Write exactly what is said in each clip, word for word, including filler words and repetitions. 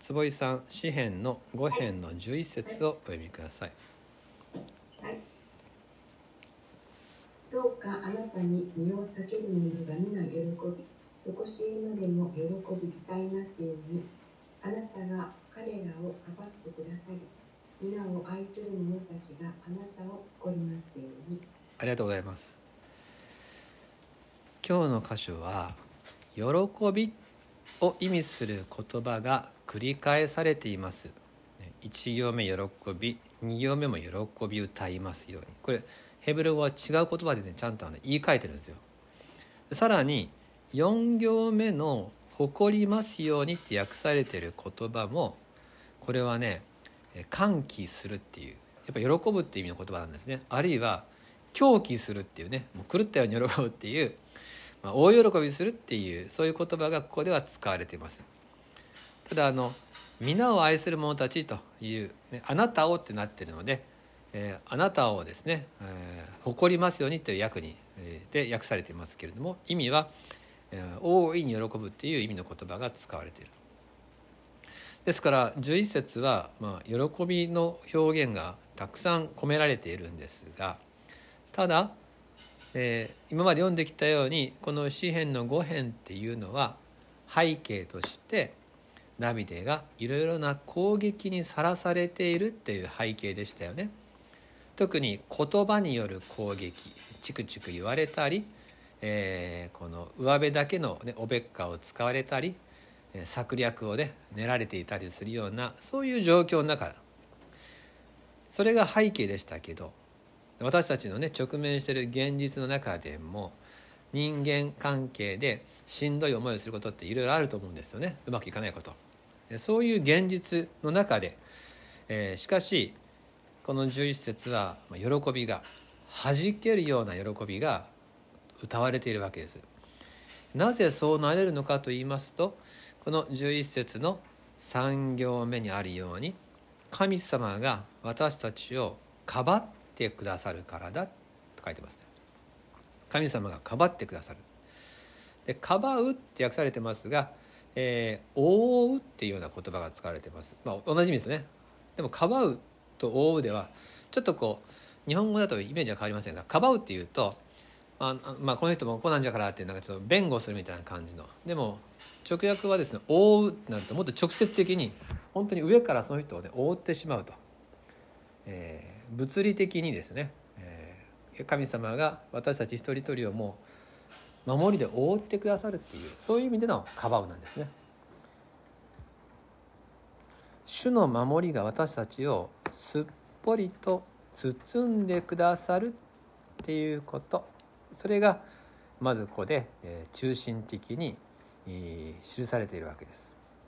坪井さん、詩編のご編のじゅういっ節をお読みください。 はい、どうかあなたに身を避ける者が皆喜び、とこしえまでも喜び歌いますように、あなたが彼らをかばってくださり、皆を愛する者たちがあなたを誇りますように。 ありがとうございます。今日の箇所は喜びを意味する言葉が繰り返されています。いち行目喜び、に行目も喜び歌いますように。これヘブル語は違う言葉でねちゃんと言い換えてるんですよ。さらによん行目の誇りますようにって訳されている言葉も、これはね歓喜するっていう、やっぱ喜ぶっていう意味の言葉なんですね。あるいは狂気するっていうね、もう狂ったように喜ぶっていう、まあ、大喜びするっていう、そういう言葉がここでは使われています。ただあの皆を愛する者たちという、ね、あなたをってなっているので、えー、あなたをですね、えー、誇りますようにという訳に、えー、で訳されていますけれども、意味は、えー、大いに喜ぶっていう意味の言葉が使われている。ですからじゅういっ節は、まあ、喜びの表現がたくさん込められているんですが、ただ、えー、今まで読んできたようにこの詩編のご編っていうのは背景としてダビデがいろいろな攻撃にさらされているっていう背景でしたよね。特に言葉による攻撃、チクチク言われたり、えー、この上辺だけの、ね、おべっかを使われたり、策略をね練られていたりするような、そういう状況の中、それが背景でしたけど、私たちのね直面している現実の中でも人間関係でしんどい思いをすることっていろいろあると思うんですよね。うまくいかないこと、そういう現実の中で、えー、しかしこのじゅういっ節は喜びがはじけるような喜びが歌われているわけです。なぜそうなれるのかと言いますと、このじゅういっ節のさん行目にあるように、神様が私たちをかばってくださるからだと書いてます。神様がかばってくださる。で、かばうって訳されてますが、えー、覆うっていうような言葉が使われています。まあ同じ意味ですね。でもかばうと覆うではちょっとこう日本語だとイメージは変わりませんが、かばうっていうとあまあ、この人もこうなんじゃからってなんかちょっと弁護するみたいな感じの、でも直訳はですね、覆うってなるともっと直接的に本当に上からその人を、ね、覆ってしまうと、えー、物理的にですね、えー、神様が私たち一人一人をもう守りで覆ってくださるっていう、そういう意味でのかばうなんですね。主の守りが私たちをすっぽりと包んでくださるっていうこと、それがまずここで中心的に記されているわけです。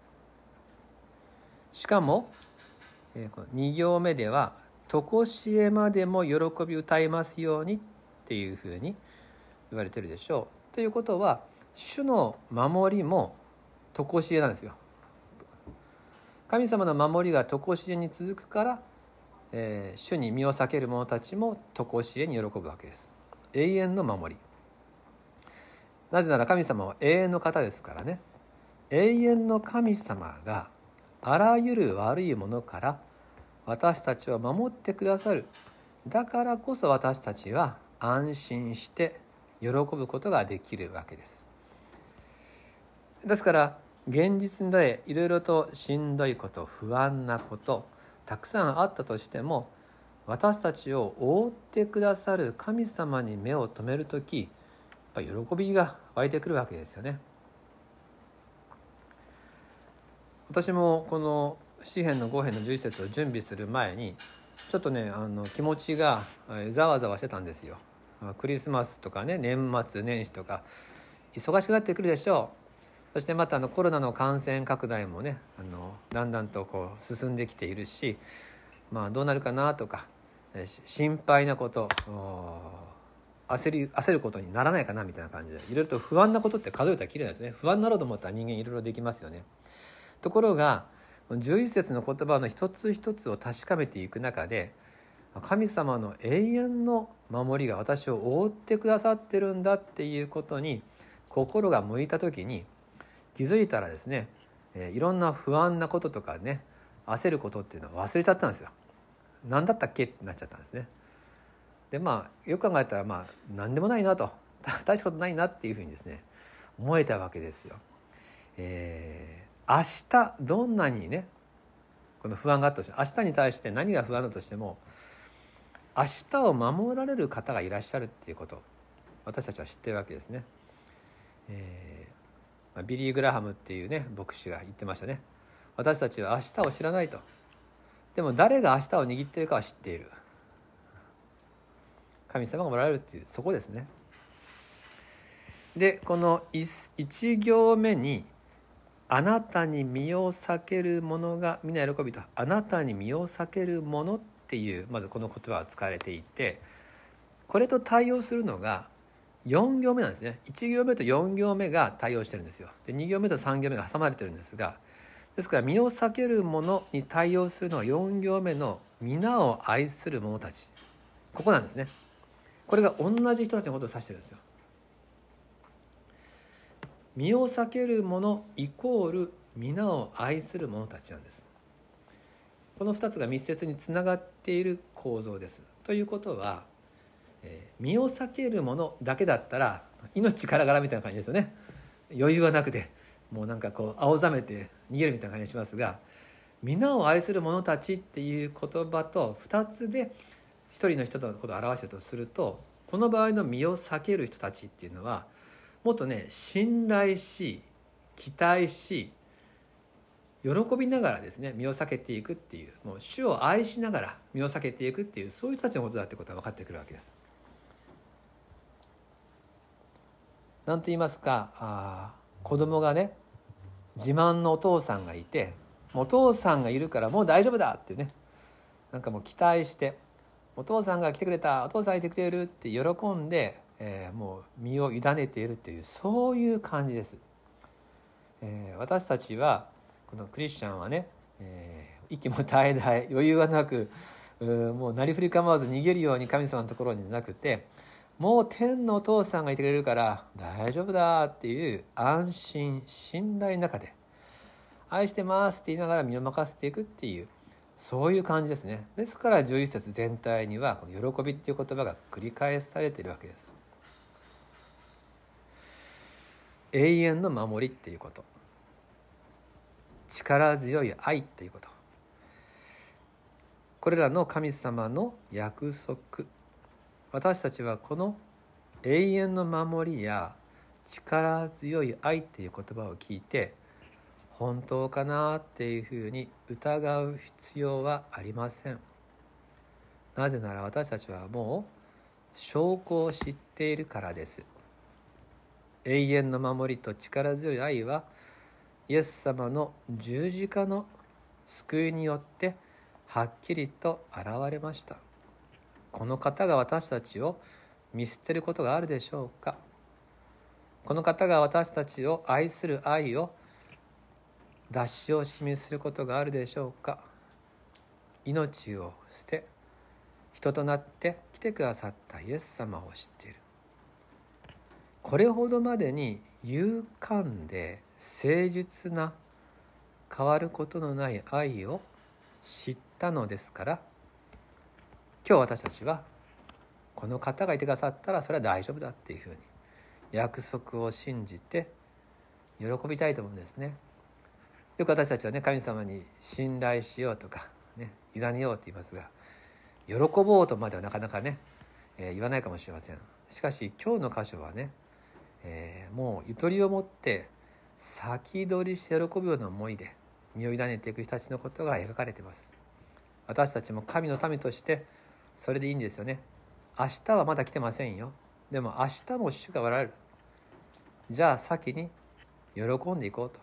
しかもに行目ではとこしえまでも喜び歌いますようにっていうふうに言われているでしょう。ということは主の守りもとこしえなんですよ。神様の守りがとこしえに続くから、えー、主に身を避ける者たちもとこしえに喜ぶわけです。永遠の守り。なぜなら神様は永遠の方ですからね。永遠の神様があらゆる悪いものから私たちを守ってくださる。だからこそ私たちは安心して喜ぶことができるわけです。ですから現実でいろいろとしんどいこと、不安なことたくさんあったとしても、私たちを覆ってくださる神様に目を留めるとき、やっぱり喜びが湧いてくるわけですよね。私もこの詩編のご編のじゅういっ節を準備する前にちょっとねあの気持ちがざわざわしてたんですよ。クリスマスとかね、年末年始とか忙しくなってくるでしょう。そしてまたあのコロナの感染拡大もねあのだんだんとこう進んできているし、まあどうなるかなとか心配なこと、焦り焦ることにならないかなみたいな感じで、いろいろと不安なことって数えたらきれいですね。不安になろうと思ったら人間いろいろできますよね。ところがじゅういっ節の言葉の一つ一つを確かめていく中で、神様の永遠の守りが私を覆ってくださってるんだっていうことに心が向いた時に気づいたらですね、 えー、いろんな不安なこととかね焦ることっていうのは忘れちゃったんですよ。何だったっけってなっちゃったんですね。でまあよく考えたらまあ何でもないなと大したことないなっていうふうにですね思えたわけですよ。えー、明日どんなにねこの不安があったとして明日に対して何が不安だとしても明日を守られる方がいらっしゃるっていうことを私たちは知ってるわけですね。えー、ビリー・グラハムっていうね牧師が言ってましたね。私たちは明日を知らないと。でも誰が明日を握っているかは知っている。神様がおられるっていうそこですね。でこの一行目にあなたに身を避ける者が皆喜びとあなたに身を避ける者っていうまずこの言葉が使われていて、これと対応するのがよん行目なんですね。いち行目とよん行目が対応してるんですよ。でに行目とさん行目が挟まれてるんですが、ですから身を避ける者に対応するのはよん行目の皆を愛する者たち、ここなんですね。これが同じ人たちのことを指してるんですよ。身を避ける者イコール皆を愛する者たちなんです。このふたつが密接につながっている構造です。ということは、えー、身を避ける者だけだったら命からがらみたいな感じですよね。余裕がなくてもうなんかこう青ざめて逃げるみたいな感じがしますが、皆を愛する者たちっていう言葉とふたつで一人の人のことを表しているとすると、この場合の身を避ける人たちっていうのはもっとね信頼し期待し喜びながらですね身を避けていくっていう、もう主を愛しながら身を避けていくっていうそういう人たちのことだってことが分かってくるわけです。なんと言いますか、あ子供がね自慢のお父さんがいて、お父さんがいるからもう大丈夫だってね、なんかもう期待してお父さんが来てくれたお父さんいてくれるって喜んで、えー、もう身を委ねているっていうそういう感じです。えー、私たちはこのクリスチャンはね、えー、息も絶え絶え余裕がなくもうなりふり構わず逃げるように神様のところにじゃなくて、もう天のお父さんがいてくれるから大丈夫だっていう安心信頼の中で愛してますって言いながら身を任せていくっていうそういう感じですね。ですからじゅういっ節全体にはこの喜びっていう言葉が繰り返されているわけです。永遠の守りっていうこと、力強い愛っていうこと、これらの神様の約束、私たちはこの永遠の守りや力強い愛っていう言葉を聞いて本当かなっていうふうに疑う必要はありません。なぜなら私たちはもう証拠を知っているからです。永遠の守りと力強い愛はイエス様の十字架の救いによってはっきりと現れました。この方が私たちを見捨てることがあるでしょうか。この方が私たちを愛する愛を出し惜しみすることがあるでしょうか。命を捨て人となって来てくださったイエス様を知っている。これほどまでに勇敢で誠実な変わることのない愛を知ったのですから、今日私たちはこの方がいてくださったらそれは大丈夫だっていうふうに約束を信じて喜びたいと思うんですね。よく私たちはね神様に信頼しようとかね委ねようって言いますが、喜ぼうとまではなかなかね、えー、言わないかもしれません。しかし今日の箇所はね、えー、もうゆとりを持って先取りして喜ぶような思いで身を委ねていく人たちのことが描かれています。私たちも神の民としてそれでいいんですよね。明日はまだ来てませんよ。でも明日も主がおられる。じゃあ先に喜んでいこうと。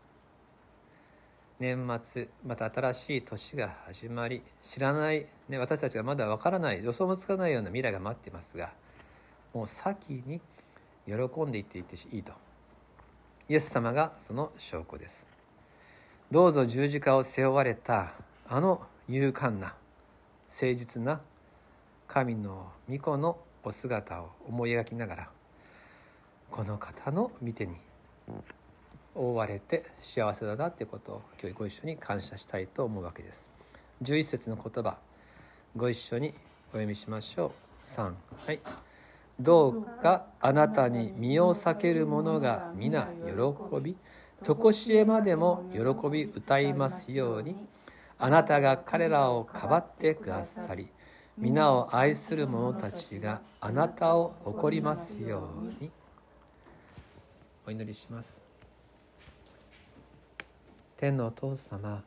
年末また新しい年が始まり、知らない、ね、私たちがまだわからない予想もつかないような未来が待っていますが、もう先に喜んでいっていっていいと。イエス様がその証拠です。どうぞ十字架を背負われたあの勇敢な誠実な神の御子のお姿を思い描きながら、この方の御手に覆われて幸せだなっていうことを今日ご一緒に感謝したいと思うわけです。じゅういっ節の言葉、ご一緒にお読みしましょう。さん、はい。どうかあなたに身を避ける者が皆喜び、とこしえまでも喜び歌いますように。あなたが彼らをかばってくださり、皆を愛する者たちがあなたを誇りますように。お祈りします。天のお父様、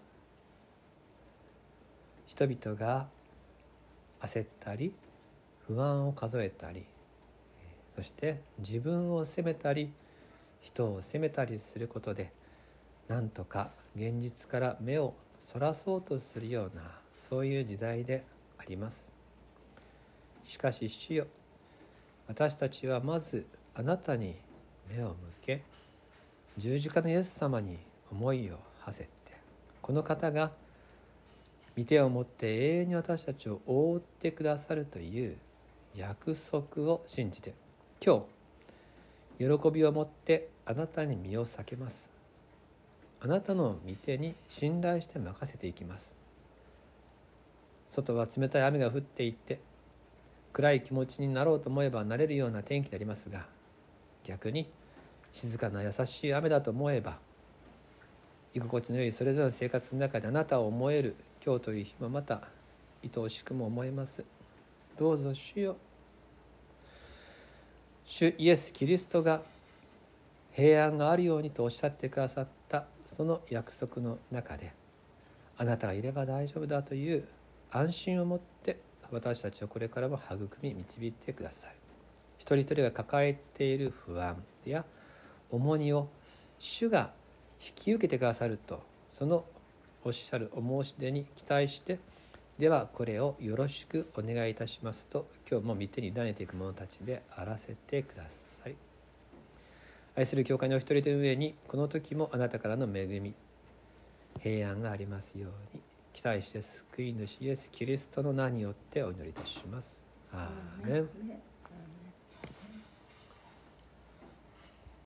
人々が焦ったり不安を数えたり、そして自分を責めたり人を責めたりすることで、なんとか現実から目をそらそうとするような、そういう時代であります。しかし主よ、私たちはまずあなたに目を向け、十字架のイエス様に思いを馳せて、この方が御手を持って永遠に私たちを覆ってくださるという約束を信じて、今日喜びを持ってあなたに身を避けます。あなたの御手に信頼して任せていきます。外は冷たい雨が降っていて、暗い気持ちになろうと思えばなれるような天気でありますが、逆に静かな優しい雨だと思えば、居心地の良いそれぞれの生活の中であなたを思える今日という日もまた愛おしくも思えます。どうぞ主よ、主イエス・キリストが平安があるようにとおっしゃってくださったその約束の中で、あなたがいれば大丈夫だという安心を持って私たちをこれからも育み導いてください。一人一人が抱えている不安や重荷を主が引き受けてくださると、そのおっしゃるお申し出に期待して、ではこれをよろしくお願いいたしますと、今日も御手に委ねていく者たちであらせてください。愛する教会のお一人という上に、この時もあなたからの恵み平安がありますように期待して、救い主イエス・キリストの名によってお祈りいたします。アーメン。